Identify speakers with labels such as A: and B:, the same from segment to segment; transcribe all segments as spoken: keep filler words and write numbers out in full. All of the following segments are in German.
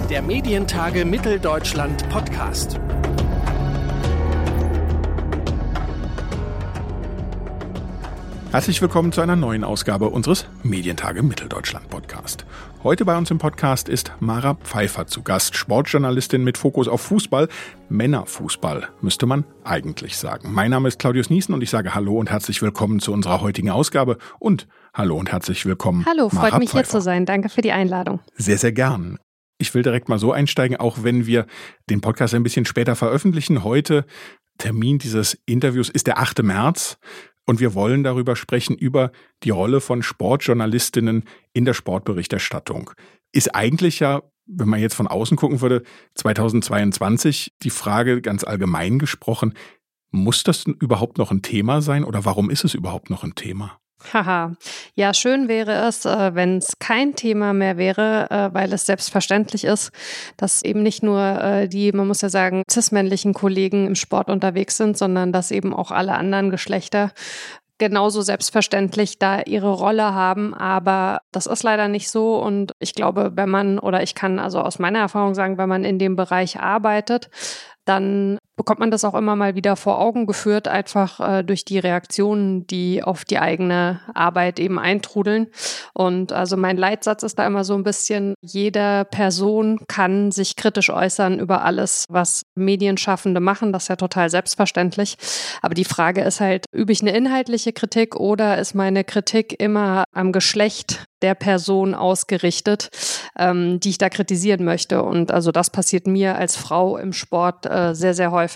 A: Der Medientage Mitteldeutschland Podcast.
B: Herzlich willkommen zu einer neuen Ausgabe unseres Medientage Mitteldeutschland Podcast. Heute bei uns im Podcast ist Mara Pfeiffer zu Gast, Sportjournalistin mit Fokus auf Fußball, Männerfußball, müsste man eigentlich sagen. Mein Name ist Claudius Niesen und ich sage Hallo und herzlich willkommen zu unserer heutigen Ausgabe und Hallo und herzlich willkommen.
C: Hallo, freut
B: Mara
C: mich
B: Pfeiffer.
C: Hier zu sein. Danke für die Einladung.
B: Sehr, sehr gern. Ich will direkt mal so einsteigen, auch wenn wir den Podcast ein bisschen später veröffentlichen. Heute, Termin dieses Interviews ist der achte März. Und wir wollen darüber sprechen, über die Rolle von Sportjournalistinnen in der Sportberichterstattung. Ist eigentlich ja, wenn man jetzt von außen gucken würde, zweitausendzweiundzwanzig die Frage ganz allgemein gesprochen, muss das überhaupt noch ein Thema sein oder warum ist es überhaupt noch ein Thema?
C: Haha, ja, schön wäre es, wenn es kein Thema mehr wäre, weil es selbstverständlich ist, dass eben nicht nur die, man muss ja sagen, cis-männlichen Kollegen im Sport unterwegs sind, sondern dass eben auch alle anderen Geschlechter genauso selbstverständlich da ihre Rolle haben, aber das ist leider nicht so und ich glaube, wenn man, oder ich kann also aus meiner Erfahrung sagen, wenn man in dem Bereich arbeitet, dann bekommt man das auch immer mal wieder vor Augen geführt, einfach äh, durch die Reaktionen, die auf die eigene Arbeit eben eintrudeln. Und also mein Leitsatz ist da immer so ein bisschen, jede Person kann sich kritisch äußern über alles, was Medienschaffende machen. Das ist ja total selbstverständlich. Aber die Frage ist halt, übe ich eine inhaltliche Kritik oder ist meine Kritik immer am Geschlecht der Person ausgerichtet, ähm, die ich da kritisieren möchte? Und also das passiert mir als Frau im Sport äh, sehr, sehr häufig.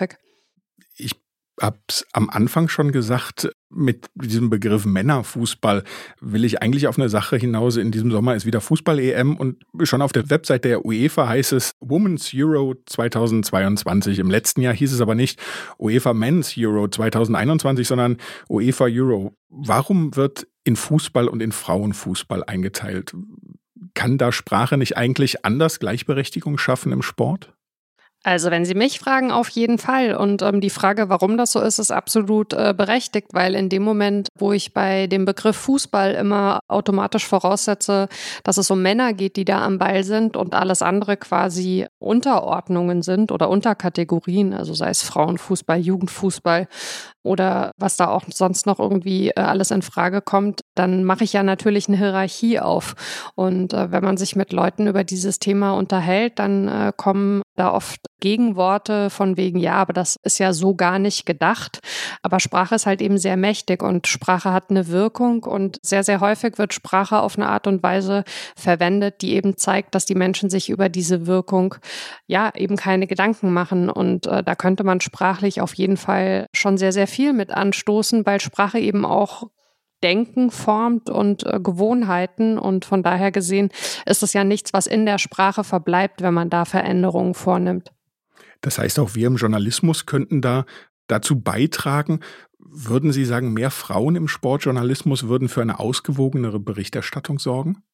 B: Ich habe es am Anfang schon gesagt, mit diesem Begriff Männerfußball will ich eigentlich auf eine Sache hinaus. In diesem Sommer ist wieder Fußball-E M und schon auf der Website der UEFA heißt es Women's Euro zweitausendzweiundzwanzig. Im letzten Jahr hieß es aber nicht UEFA Men's Euro zweitausendeinundzwanzig, sondern UEFA Euro. Warum wird in Fußball und in Frauenfußball eingeteilt? Kann da Sprache nicht eigentlich anders Gleichberechtigung schaffen im Sport?
C: Also wenn Sie mich fragen, auf jeden Fall. Und ähm, die Frage, warum das so ist, ist absolut äh, berechtigt, weil in dem Moment, wo ich bei dem Begriff Fußball immer automatisch voraussetze, dass es um Männer geht, die da am Ball sind und alles andere quasi Unterordnungen sind oder Unterkategorien, also sei es Frauenfußball, Jugendfußball oder was da auch sonst noch irgendwie äh, alles in Frage kommt, dann mache ich ja natürlich eine Hierarchie auf. Und äh, wenn man sich mit Leuten über dieses Thema unterhält, dann äh, kommen da oft Gegenworte von wegen, ja, aber das ist ja so gar nicht gedacht. Aber Sprache ist halt eben sehr mächtig und Sprache hat eine Wirkung und sehr, sehr häufig wird Sprache auf eine Art und Weise verwendet, die eben zeigt, dass die Menschen sich über diese Wirkung ja eben keine Gedanken machen. Und äh, da könnte man sprachlich auf jeden Fall schon sehr, sehr viel mit anstoßen, weil Sprache eben auch Denken formt und äh, Gewohnheiten und von daher gesehen ist es ja nichts, was in der Sprache verbleibt, wenn man da Veränderungen vornimmt.
B: Das heißt, auch wir im Journalismus könnten da dazu beitragen. Würden Sie sagen, mehr Frauen im Sportjournalismus würden für eine ausgewogenere Berichterstattung sorgen?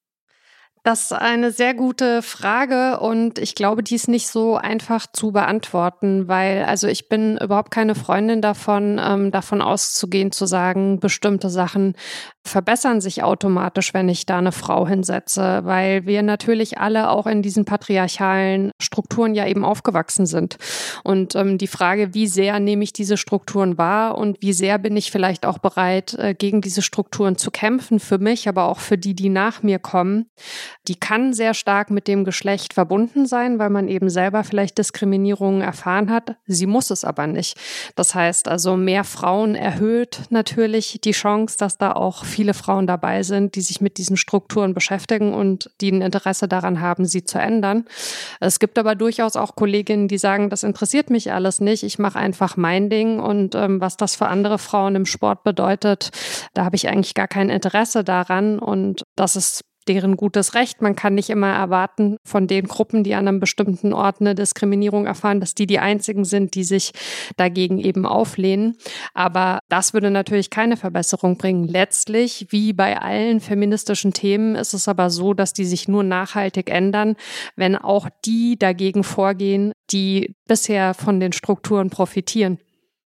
C: Das ist eine sehr gute Frage und ich glaube, die ist nicht so einfach zu beantworten, weil also ich bin überhaupt keine Freundin davon, ähm, davon auszugehen, zu sagen, bestimmte Sachen verbessern sich automatisch, wenn ich da eine Frau hinsetze, weil wir natürlich alle auch in diesen patriarchalen Strukturen ja eben aufgewachsen sind. Und ähm, die Frage, wie sehr nehme ich diese Strukturen wahr und wie sehr bin ich vielleicht auch bereit, äh, gegen diese Strukturen zu kämpfen, für mich, aber auch für die, die nach mir kommen, die kann sehr stark mit dem Geschlecht verbunden sein, weil man eben selber vielleicht Diskriminierungen erfahren hat. Sie muss es aber nicht. Das heißt also, mehr Frauen erhöht natürlich die Chance, dass da auch viele Frauen dabei sind, die sich mit diesen Strukturen beschäftigen und die ein Interesse daran haben, sie zu ändern. Es gibt aber durchaus auch Kolleginnen, die sagen, das interessiert mich alles nicht, ich mache einfach mein Ding und ähm, was das für andere Frauen im Sport bedeutet, da habe ich eigentlich gar kein Interesse daran und das ist deren gutes Recht. Man kann nicht immer erwarten von den Gruppen, die an einem bestimmten Ort eine Diskriminierung erfahren, dass die die einzigen sind, die sich dagegen eben auflehnen. Aber das würde natürlich keine Verbesserung bringen. Letztlich, wie bei allen feministischen Themen, ist es aber so, dass die sich nur nachhaltig ändern, wenn auch die dagegen vorgehen, die bisher von den Strukturen profitieren.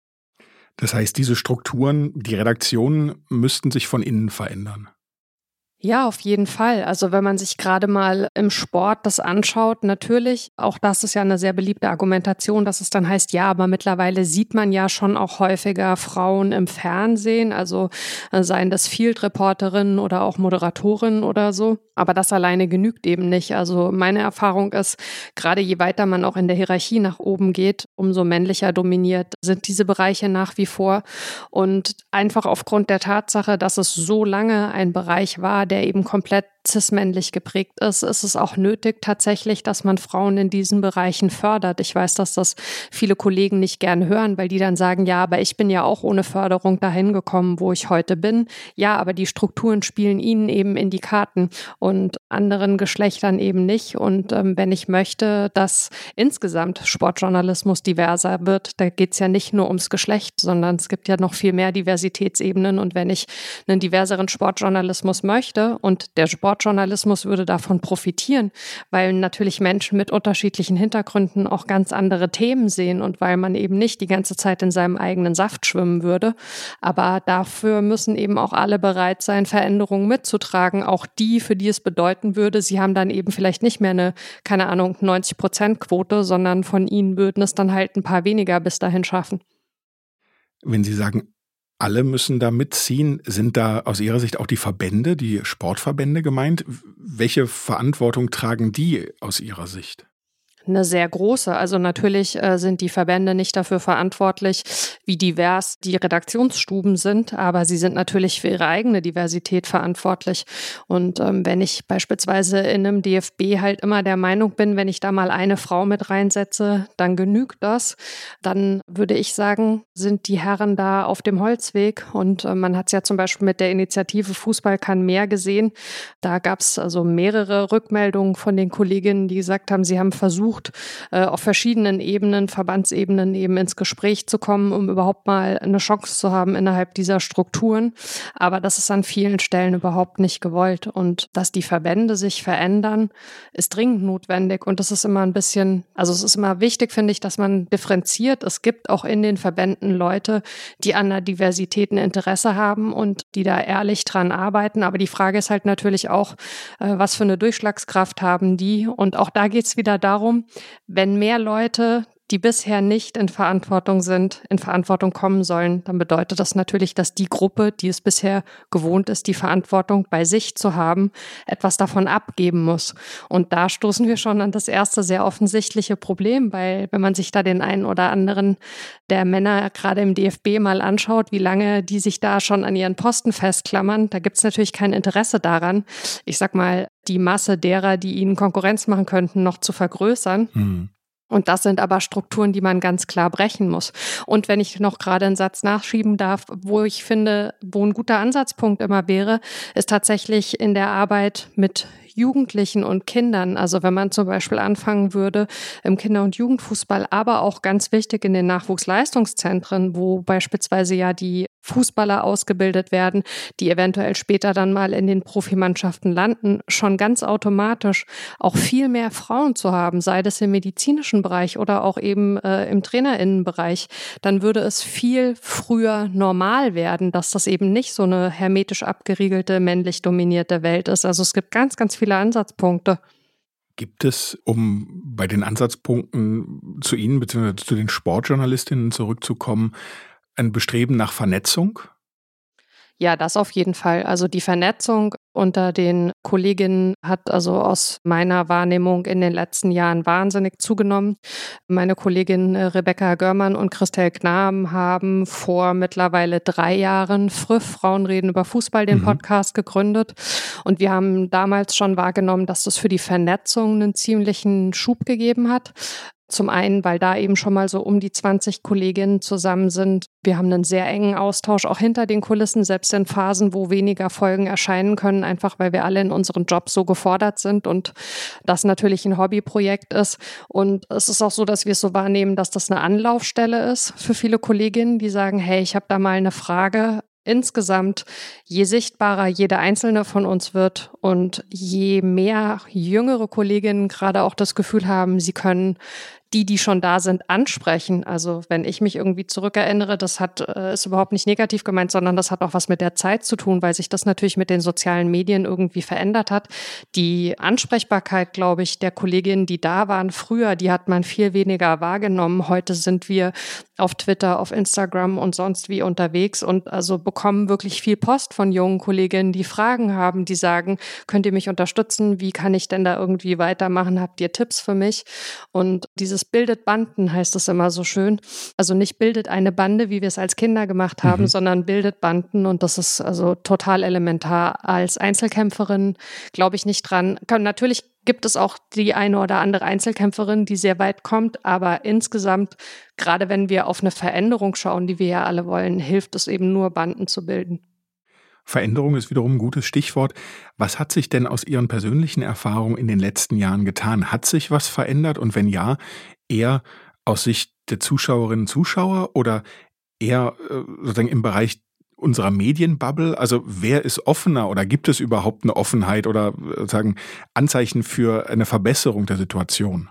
B: Das heißt, diese Strukturen, die Redaktionen müssten sich von innen verändern.
C: Ja, auf jeden Fall. Also wenn man sich gerade mal im Sport das anschaut, natürlich, auch das ist ja eine sehr beliebte Argumentation, dass es dann heißt, ja, aber mittlerweile sieht man ja schon auch häufiger Frauen im Fernsehen, also äh, seien das Field-Reporterinnen oder auch Moderatorinnen oder so. Aber das alleine genügt eben nicht. Also meine Erfahrung ist, gerade je weiter man auch in der Hierarchie nach oben geht, umso männlicher dominiert sind diese Bereiche nach wie vor. Und einfach aufgrund der Tatsache, dass es so lange ein Bereich war, der eben komplett cis-männlich geprägt ist, ist es auch nötig tatsächlich, dass man Frauen in diesen Bereichen fördert. Ich weiß, dass das viele Kollegen nicht gern hören, weil die dann sagen, ja, aber ich bin ja auch ohne Förderung dahin gekommen, wo ich heute bin. Ja, aber die Strukturen spielen ihnen eben in die Karten und anderen Geschlechtern eben nicht. Und ähm, wenn ich möchte, dass insgesamt Sportjournalismus diverser wird, da geht es ja nicht nur ums Geschlecht, sondern es gibt ja noch viel mehr Diversitätsebenen. Und wenn ich einen diverseren Sportjournalismus möchte und der Sport Journalismus würde davon profitieren, weil natürlich Menschen mit unterschiedlichen Hintergründen auch ganz andere Themen sehen und weil man eben nicht die ganze Zeit in seinem eigenen Saft schwimmen würde. Aber dafür müssen eben auch alle bereit sein, Veränderungen mitzutragen, auch die, für die es bedeuten würde, sie haben dann eben vielleicht nicht mehr eine, keine Ahnung, neunzig Prozent Quote, sondern von ihnen würden es dann halt ein paar weniger bis dahin schaffen.
B: Wenn Sie sagen, alle müssen da mitziehen, sind da aus Ihrer Sicht auch die Verbände, die Sportverbände gemeint? Welche Verantwortung tragen die aus Ihrer Sicht?
C: Eine sehr große. Also natürlich äh, sind die Verbände nicht dafür verantwortlich, wie divers die Redaktionsstuben sind, aber sie sind natürlich für ihre eigene Diversität verantwortlich. Und ähm, wenn ich beispielsweise in einem D F B halt immer der Meinung bin, wenn ich da mal eine Frau mit reinsetze, dann genügt das, dann würde ich sagen, sind die Herren da auf dem Holzweg. Und äh, man hat es ja zum Beispiel mit der Initiative Fußball kann mehr gesehen. Da gab es also mehrere Rückmeldungen von den Kolleginnen, die gesagt haben, sie haben versucht, auf verschiedenen Ebenen, Verbandsebenen eben ins Gespräch zu kommen, um überhaupt mal eine Chance zu haben innerhalb dieser Strukturen. Aber das ist an vielen Stellen überhaupt nicht gewollt. Und dass die Verbände sich verändern, ist dringend notwendig. Und das ist immer ein bisschen, also es ist immer wichtig, finde ich, dass man differenziert. Es gibt auch in den Verbänden Leute, die an der Diversität ein Interesse haben und die da ehrlich dran arbeiten. Aber die Frage ist halt natürlich auch, was für eine Durchschlagskraft haben die? Und auch da geht es wieder darum, wenn mehr Leute, die bisher nicht in Verantwortung sind, in Verantwortung kommen sollen, dann bedeutet das natürlich, dass die Gruppe, die es bisher gewohnt ist, die Verantwortung bei sich zu haben, etwas davon abgeben muss. Und da stoßen wir schon an das erste sehr offensichtliche Problem, weil wenn man sich da den einen oder anderen der Männer gerade im D F B mal anschaut, wie lange die sich da schon an ihren Posten festklammern, da gibt es natürlich kein Interesse daran, ich sag mal, die Masse derer, die ihnen Konkurrenz machen könnten, noch zu vergrößern. Mhm. Und das sind aber Strukturen, die man ganz klar brechen muss. Und wenn ich noch gerade einen Satz nachschieben darf, wo ich finde, wo ein guter Ansatzpunkt immer wäre, ist tatsächlich in der Arbeit mit Jugendlichen und Kindern. Also wenn man zum Beispiel anfangen würde im Kinder- und Jugendfußball, aber auch ganz wichtig in den Nachwuchsleistungszentren, wo beispielsweise ja die Fußballer ausgebildet werden, die eventuell später dann mal in den Profimannschaften landen, schon ganz automatisch auch viel mehr Frauen zu haben, sei das im medizinischen Bereich oder auch eben äh, im TrainerInnenbereich, dann würde es viel früher normal werden, dass das eben nicht so eine hermetisch abgeriegelte, männlich dominierte Welt ist. Also es gibt ganz, ganz viele Ansatzpunkte.
B: Gibt es, um bei den Ansatzpunkten zu Ihnen bzw. zu den Sportjournalistinnen zurückzukommen, ein Bestreben nach Vernetzung?
C: Ja, das auf jeden Fall. Also die Vernetzung unter den Kolleginnen hat also aus meiner Wahrnehmung in den letzten Jahren wahnsinnig zugenommen. Meine Kolleginnen Rebecca Görmann und Christel Knaben haben vor mittlerweile drei Jahren Früff, Frauen reden über Fußball, den Podcast mhm. gegründet. Und wir haben damals schon wahrgenommen, dass das für die Vernetzung einen ziemlichen Schub gegeben hat. Zum einen, weil da eben schon mal so um die zwanzig Kolleginnen zusammen sind. Wir haben einen sehr engen Austausch auch hinter den Kulissen, selbst in Phasen, wo weniger Folgen erscheinen können, einfach weil wir alle in unseren Jobs so gefordert sind und das natürlich ein Hobbyprojekt ist. Und es ist auch so, dass wir es so wahrnehmen, dass das eine Anlaufstelle ist für viele Kolleginnen, die sagen, hey, ich habe da mal eine Frage. insgesamt, je sichtbarer jede einzelne von uns wird und je mehr jüngere Kolleginnen gerade auch das Gefühl haben, sie können die, die schon da sind, ansprechen. Also wenn ich mich irgendwie zurückerinnere, das hat äh, ist überhaupt nicht negativ gemeint, sondern das hat auch was mit der Zeit zu tun, weil sich das natürlich mit den sozialen Medien irgendwie verändert hat. Die Ansprechbarkeit, glaube ich, der Kolleginnen, die da waren früher, die hat man viel weniger wahrgenommen. Heute sind wir auf Twitter, auf Instagram und sonst wie unterwegs und also bekommen wirklich viel Post von jungen Kolleginnen, die Fragen haben, die sagen, könnt ihr mich unterstützen? Wie kann ich denn da irgendwie weitermachen? Habt ihr Tipps für mich? Und dieses bildet Banden, heißt es immer so schön. Also nicht bildet eine Bande, wie wir es als Kinder gemacht haben, mhm. sondern bildet Banden und das ist also total elementar. Als Einzelkämpferin glaube ich nicht dran. Natürlich gibt es auch die eine oder andere Einzelkämpferin, die sehr weit kommt, aber insgesamt, gerade wenn wir auf eine Veränderung schauen, die wir ja alle wollen, hilft es eben nur, Banden zu bilden.
B: Veränderung ist wiederum ein gutes Stichwort. Was hat sich denn aus Ihren persönlichen Erfahrungen in den letzten Jahren getan? Hat sich was verändert? Und wenn ja, eher aus Sicht der Zuschauerinnen und Zuschauer oder eher äh, sozusagen im Bereich unserer Medienbubble? Also wer ist offener oder gibt es überhaupt eine Offenheit oder sozusagen Anzeichen für eine Verbesserung der Situation?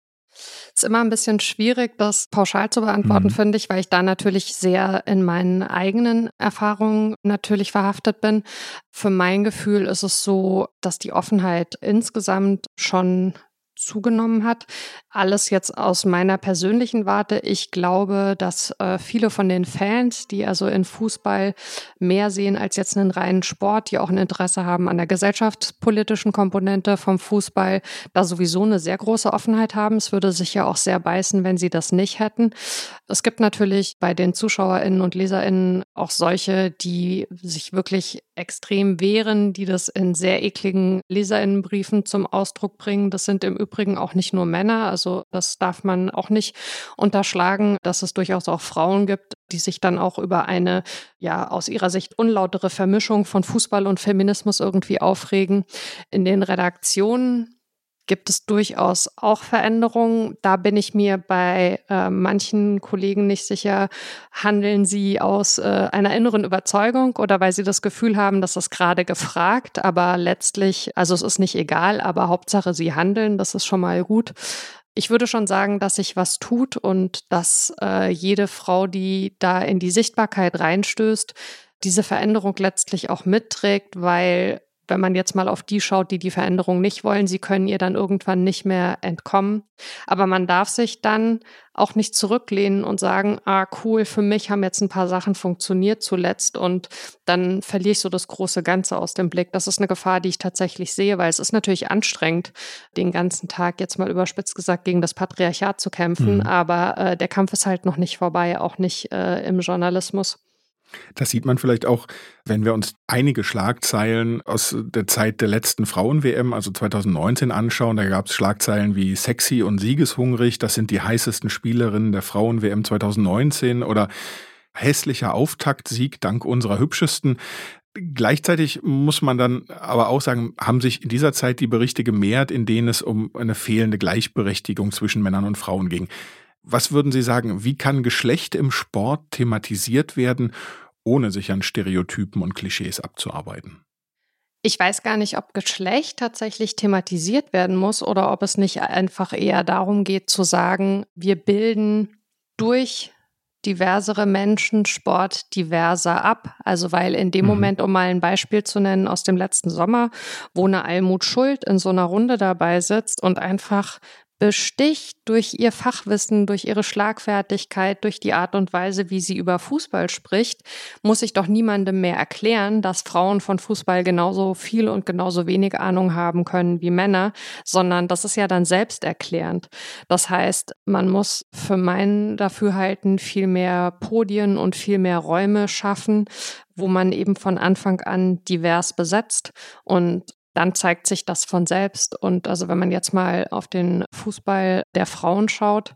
C: Ist immer ein bisschen schwierig, das pauschal zu beantworten, mhm. finde ich, weil ich da natürlich sehr in meinen eigenen Erfahrungen natürlich verhaftet bin. Für mein Gefühl ist es so, dass die Offenheit insgesamt schon zugenommen hat. Alles jetzt aus meiner persönlichen Warte. Ich glaube, dass äh, viele von den Fans, die also in Fußball mehr sehen als jetzt einen reinen Sport, die auch ein Interesse haben an der gesellschaftspolitischen Komponente vom Fußball, da sowieso eine sehr große Offenheit haben. Es würde sich ja auch sehr beißen, wenn sie das nicht hätten. Es gibt natürlich bei den ZuschauerInnen und LeserInnen auch solche, die sich wirklich extrem wehren, die das in sehr ekligen LeserInnenbriefen zum Ausdruck bringen. Das sind im Übrigen auch nicht nur Männer, also das darf man auch nicht unterschlagen, dass es durchaus auch Frauen gibt, die sich dann auch über eine, ja, aus ihrer Sicht unlautere Vermischung von Fußball und Feminismus irgendwie aufregen. In den Redaktionen gibt es durchaus auch Veränderungen. Da bin ich mir bei äh, manchen Kollegen nicht sicher, handeln sie aus äh, einer inneren Überzeugung oder weil sie das Gefühl haben, dass das gerade gefragt, aber letztlich, also es ist nicht egal, aber Hauptsache sie handeln, das ist schon mal gut. Ich würde schon sagen, dass sich was tut und dass äh, jede Frau, die da in die Sichtbarkeit reinstößt, diese Veränderung letztlich auch mitträgt, weil wenn man jetzt mal auf die schaut, die die Veränderung nicht wollen, sie können ihr dann irgendwann nicht mehr entkommen. Aber man darf sich dann auch nicht zurücklehnen und sagen, ah cool, für mich haben jetzt ein paar Sachen funktioniert zuletzt und dann verliere ich so das große Ganze aus dem Blick. Das ist eine Gefahr, die ich tatsächlich sehe, weil es ist natürlich anstrengend, den ganzen Tag jetzt mal überspitzt gesagt gegen das Patriarchat zu kämpfen, mhm. aber äh, der Kampf ist halt noch nicht vorbei, auch nicht äh, im Journalismus.
B: Das sieht man vielleicht auch, wenn wir uns einige Schlagzeilen aus der Zeit der letzten Frauen-W M, also zwanzig neunzehn, anschauen. Da gab es Schlagzeilen wie sexy und siegeshungrig, das sind die heißesten Spielerinnen der Frauen-W M zwanzig neunzehn oder hässlicher Auftaktsieg dank unserer hübschesten. Gleichzeitig muss man dann aber auch sagen, haben sich in dieser Zeit die Berichte gemehrt, in denen es um eine fehlende Gleichberechtigung zwischen Männern und Frauen ging. Was würden Sie sagen, wie kann Geschlecht im Sport thematisiert werden, ohne sich an Stereotypen und Klischees abzuarbeiten?
C: Ich weiß gar nicht, ob Geschlecht tatsächlich thematisiert werden muss oder ob es nicht einfach eher darum geht zu sagen, wir bilden durch diversere Menschen Sport diverser ab. Also weil in dem mhm. Moment, um mal ein Beispiel zu nennen aus dem letzten Sommer, wo eine Almut Schuld in so einer Runde dabei sitzt und einfach besticht durch ihr Fachwissen, durch ihre Schlagfertigkeit, durch die Art und Weise, wie sie über Fußball spricht, muss ich doch niemandem mehr erklären, dass Frauen von Fußball genauso viel und genauso wenig Ahnung haben können wie Männer, sondern das ist ja dann selbsterklärend. Das heißt, man muss für mein Dafürhalten viel mehr Podien und viel mehr Räume schaffen, wo man eben von Anfang an divers besetzt und dann zeigt sich das von selbst. Und also wenn man jetzt mal auf den Fußball der Frauen schaut,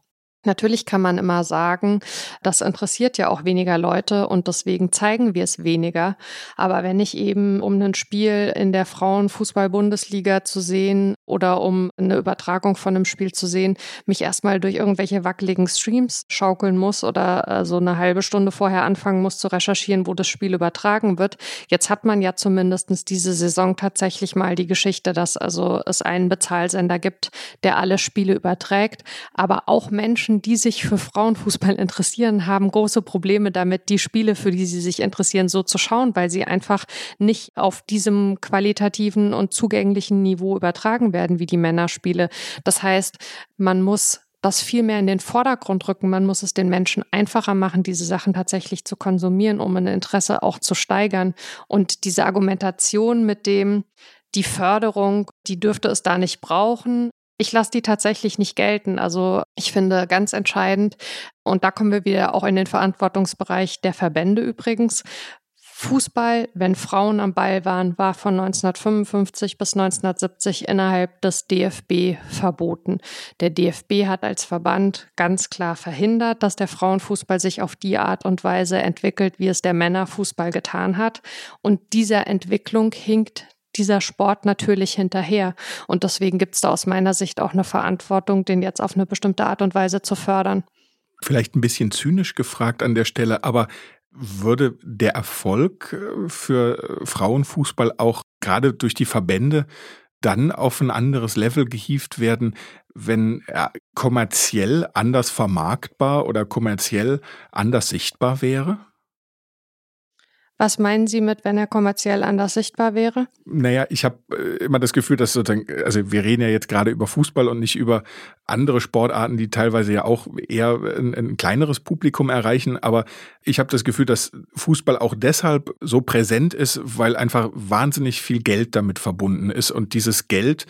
C: Natürlich kann man immer sagen, das interessiert ja auch weniger Leute und deswegen zeigen wir es weniger. Aber wenn ich eben, um ein Spiel in der Frauenfußball-Bundesliga zu sehen oder um eine Übertragung von einem Spiel zu sehen, mich erstmal durch irgendwelche wackeligen Streams schaukeln muss oder äh, so eine halbe Stunde vorher anfangen muss zu recherchieren, wo das Spiel übertragen wird. Jetzt hat man ja zumindest diese Saison tatsächlich mal die Geschichte, dass also es einen Bezahlsender gibt, der alle Spiele überträgt. Aber auch Menschen, die sich für Frauenfußball interessieren, haben große Probleme damit, die Spiele, für die sie sich interessieren, so zu schauen, weil sie einfach nicht auf diesem qualitativen und zugänglichen Niveau übertragen werden wie die Männerspiele. Das heißt, man muss das viel mehr in den Vordergrund rücken. Man muss es den Menschen einfacher machen, diese Sachen tatsächlich zu konsumieren, um ein Interesse auch zu steigern. Und diese Argumentation mit dem, die Förderung, die dürfte es da nicht brauchen, ich lasse die tatsächlich nicht gelten. Also ich finde ganz entscheidend, und da kommen wir wieder auch in den Verantwortungsbereich der Verbände übrigens, Fußball, wenn Frauen am Ball waren, war von neunzehnhundertfünfundfünfzig bis neunzehnhundertsiebzig innerhalb des D F B verboten. Der D F B hat als Verband ganz klar verhindert, dass der Frauenfußball sich auf die Art und Weise entwickelt, wie es der Männerfußball getan hat. Und dieser Entwicklung hinkt dieser Sport natürlich hinterher. Und deswegen gibt es da aus meiner Sicht auch eine Verantwortung, den jetzt auf eine bestimmte Art und Weise zu fördern.
B: Vielleicht ein bisschen zynisch gefragt an der Stelle, aber würde der Erfolg für Frauenfußball auch gerade durch die Verbände dann auf ein anderes Level gehievt werden, wenn er kommerziell anders vermarktbar oder kommerziell anders sichtbar wäre?
C: Was meinen Sie mit, wenn er kommerziell anders sichtbar wäre?
B: Naja, ich habe immer das Gefühl, dass sozusagen, also wir reden ja jetzt gerade über Fußball und nicht über andere Sportarten, die teilweise ja auch eher ein, ein kleineres Publikum erreichen. Aber ich habe das Gefühl, dass Fußball auch deshalb so präsent ist, weil einfach wahnsinnig viel Geld damit verbunden ist. Und dieses Geld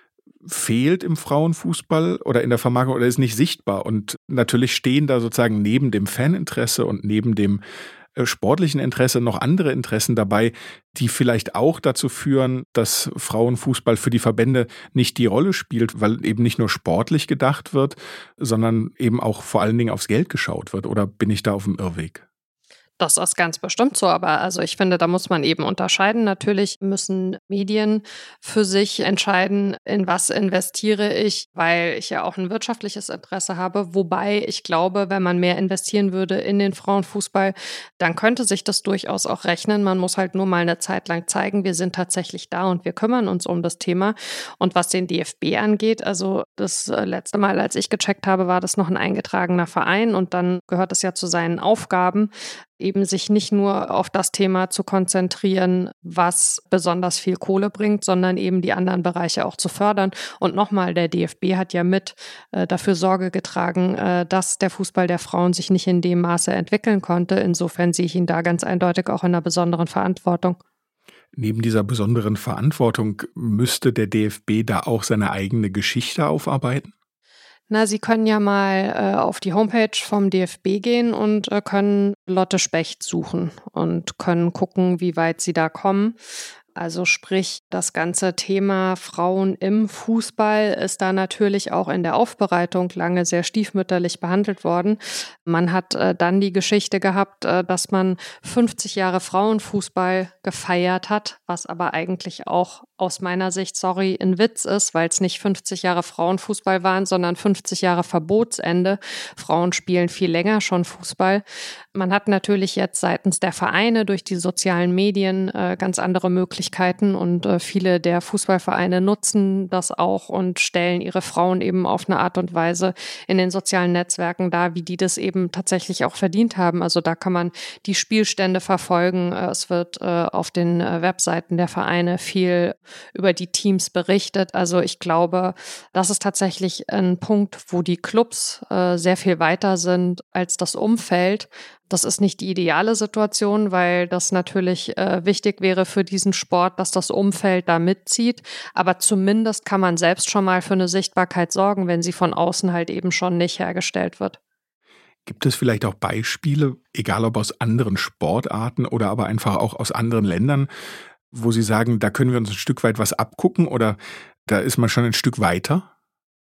B: fehlt im Frauenfußball oder in der Vermarktung oder ist nicht sichtbar. Und natürlich stehen da sozusagen neben dem Faninteresse und neben dem sportlichen Interesse noch andere Interessen dabei, die vielleicht auch dazu führen, dass Frauenfußball für die Verbände nicht die Rolle spielt, weil eben nicht nur sportlich gedacht wird, sondern eben auch vor allen Dingen aufs Geld geschaut wird. Oder bin ich da auf dem Irrweg?
C: Das ist ganz bestimmt so, aber also ich finde, da muss man eben unterscheiden. Natürlich müssen Medien für sich entscheiden, in was investiere ich, weil ich ja auch ein wirtschaftliches Interesse habe. Wobei ich glaube, wenn man mehr investieren würde in den Frauenfußball, dann könnte sich das durchaus auch rechnen. Man muss halt nur mal eine Zeit lang zeigen, wir sind tatsächlich da und wir kümmern uns um das Thema. Und was den D F B angeht, also das letzte Mal, als ich gecheckt habe, war das noch ein eingetragener Verein und dann gehört es ja zu seinen Aufgaben, eben sich nicht nur auf das Thema zu konzentrieren, was besonders viel Kohle bringt, sondern eben die anderen Bereiche auch zu fördern. Und nochmal, der D F B hat ja mit äh, dafür Sorge getragen, äh, dass der Fußball der Frauen sich nicht in dem Maße entwickeln konnte. Insofern sehe ich ihn da ganz eindeutig auch in einer besonderen Verantwortung.
B: Neben dieser besonderen Verantwortung müsste der D F B da auch seine eigene Geschichte aufarbeiten?
C: Na, Sie können ja mal äh, auf die Homepage vom D F B gehen und äh, können Lotte Specht suchen und können gucken, wie weit Sie da kommen. Also sprich, das ganze Thema Frauen im Fußball ist da natürlich auch in der Aufbereitung lange sehr stiefmütterlich behandelt worden. Man hat äh, dann die Geschichte gehabt, äh, dass man fünfzig Jahre Frauenfußball gefeiert hat, was aber eigentlich auch aus meiner Sicht, sorry, ein Witz ist, weil es nicht fünfzig Jahre Frauenfußball waren, sondern fünfzig Jahre Verbotsende. Frauen spielen viel länger schon Fußball. Man hat natürlich jetzt seitens der Vereine durch die sozialen Medien äh, ganz andere Möglichkeiten und äh, viele der Fußballvereine nutzen das auch und stellen ihre Frauen eben auf eine Art und Weise in den sozialen Netzwerken dar, wie die das eben tatsächlich auch verdient haben. Also da kann man die Spielstände verfolgen. Es wird äh, auf den äh, Webseiten der Vereine viel über die Teams berichtet. Also ich glaube, das ist tatsächlich ein Punkt, wo die Clubs äh, sehr viel weiter sind als das Umfeld. Das ist nicht die ideale Situation, weil das natürlich äh, wichtig wäre für diesen Sport, dass das Umfeld da mitzieht. Aber zumindest kann man selbst schon mal für eine Sichtbarkeit sorgen, wenn sie von außen halt eben schon nicht hergestellt wird.
B: Gibt es vielleicht auch Beispiele, egal ob aus anderen Sportarten oder aber einfach auch aus anderen Ländern, wo Sie sagen, da können wir uns ein Stück weit was abgucken oder da ist man schon ein Stück weiter?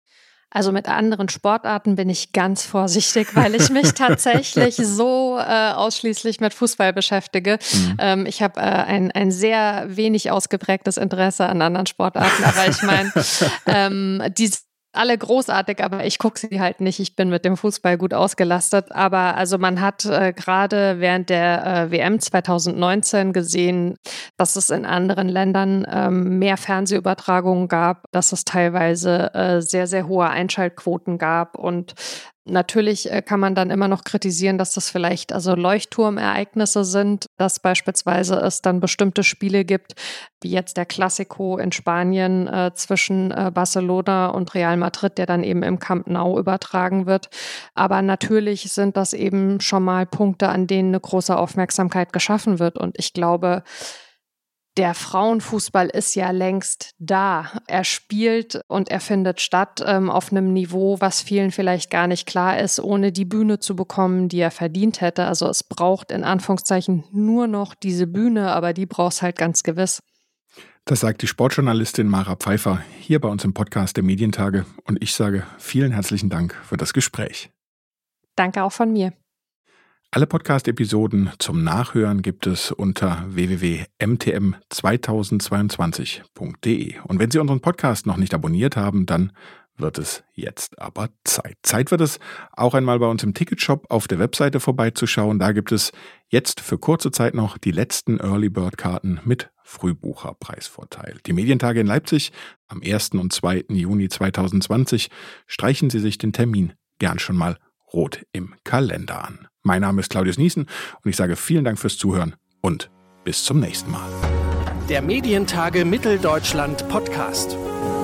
C: Also mit anderen Sportarten bin ich ganz vorsichtig, weil ich mich tatsächlich so äh, ausschließlich mit Fußball beschäftige. Mhm. Ähm, ich habe äh, ein, ein sehr wenig ausgeprägtes Interesse an anderen Sportarten, aber ich meine, ähm, die alle großartig, aber ich gucke sie halt nicht. Ich bin mit dem Fußball gut ausgelastet. Aber also man hat äh, gerade während der äh, W M zwanzig neunzehn gesehen, dass es in anderen Ländern ähm, mehr Fernsehübertragungen gab, dass es teilweise äh, sehr, sehr hohe Einschaltquoten gab. Und natürlich äh, kann man dann immer noch kritisieren, dass das vielleicht also Leuchtturmereignisse sind, dass beispielsweise es dann bestimmte Spiele gibt, wie jetzt der Clásico in Spanien äh, zwischen äh, Barcelona und Real Madrid, der dann eben im Camp Nou übertragen wird. Aber natürlich sind das eben schon mal Punkte, an denen eine große Aufmerksamkeit geschaffen wird. Und ich glaube, der Frauenfußball ist ja längst da. Er spielt und er findet statt ähm, auf einem Niveau, was vielen vielleicht gar nicht klar ist, ohne die Bühne zu bekommen, die er verdient hätte. Also es braucht in Anführungszeichen nur noch diese Bühne, aber die braucht es halt ganz gewiss.
B: Das sagt die Sportjournalistin Mara Pfeiffer hier bei uns im Podcast der Medientage. Und ich sage vielen herzlichen Dank für das Gespräch.
C: Danke auch von mir.
B: Alle Podcast-Episoden zum Nachhören gibt es unter w w w punkt m t m zweitausendzweiundzwanzig punkt d e. Und wenn Sie unseren Podcast noch nicht abonniert haben, dann wird es jetzt aber Zeit. Zeit wird es, auch einmal bei uns im Ticketshop auf der Webseite vorbeizuschauen. Da gibt es jetzt für kurze Zeit noch die letzten Early-Bird-Karten mit Frühbucherpreisvorteil. Die Medientage in Leipzig am ersten und zweiten Juni zweitausendzwanzig. Streichen Sie sich den Termin gern schon mal rot im Kalender an. Mein Name ist Claudius Niesen und ich sage vielen Dank fürs Zuhören und bis zum nächsten Mal.
A: Der Medientage Mitteldeutschland Podcast.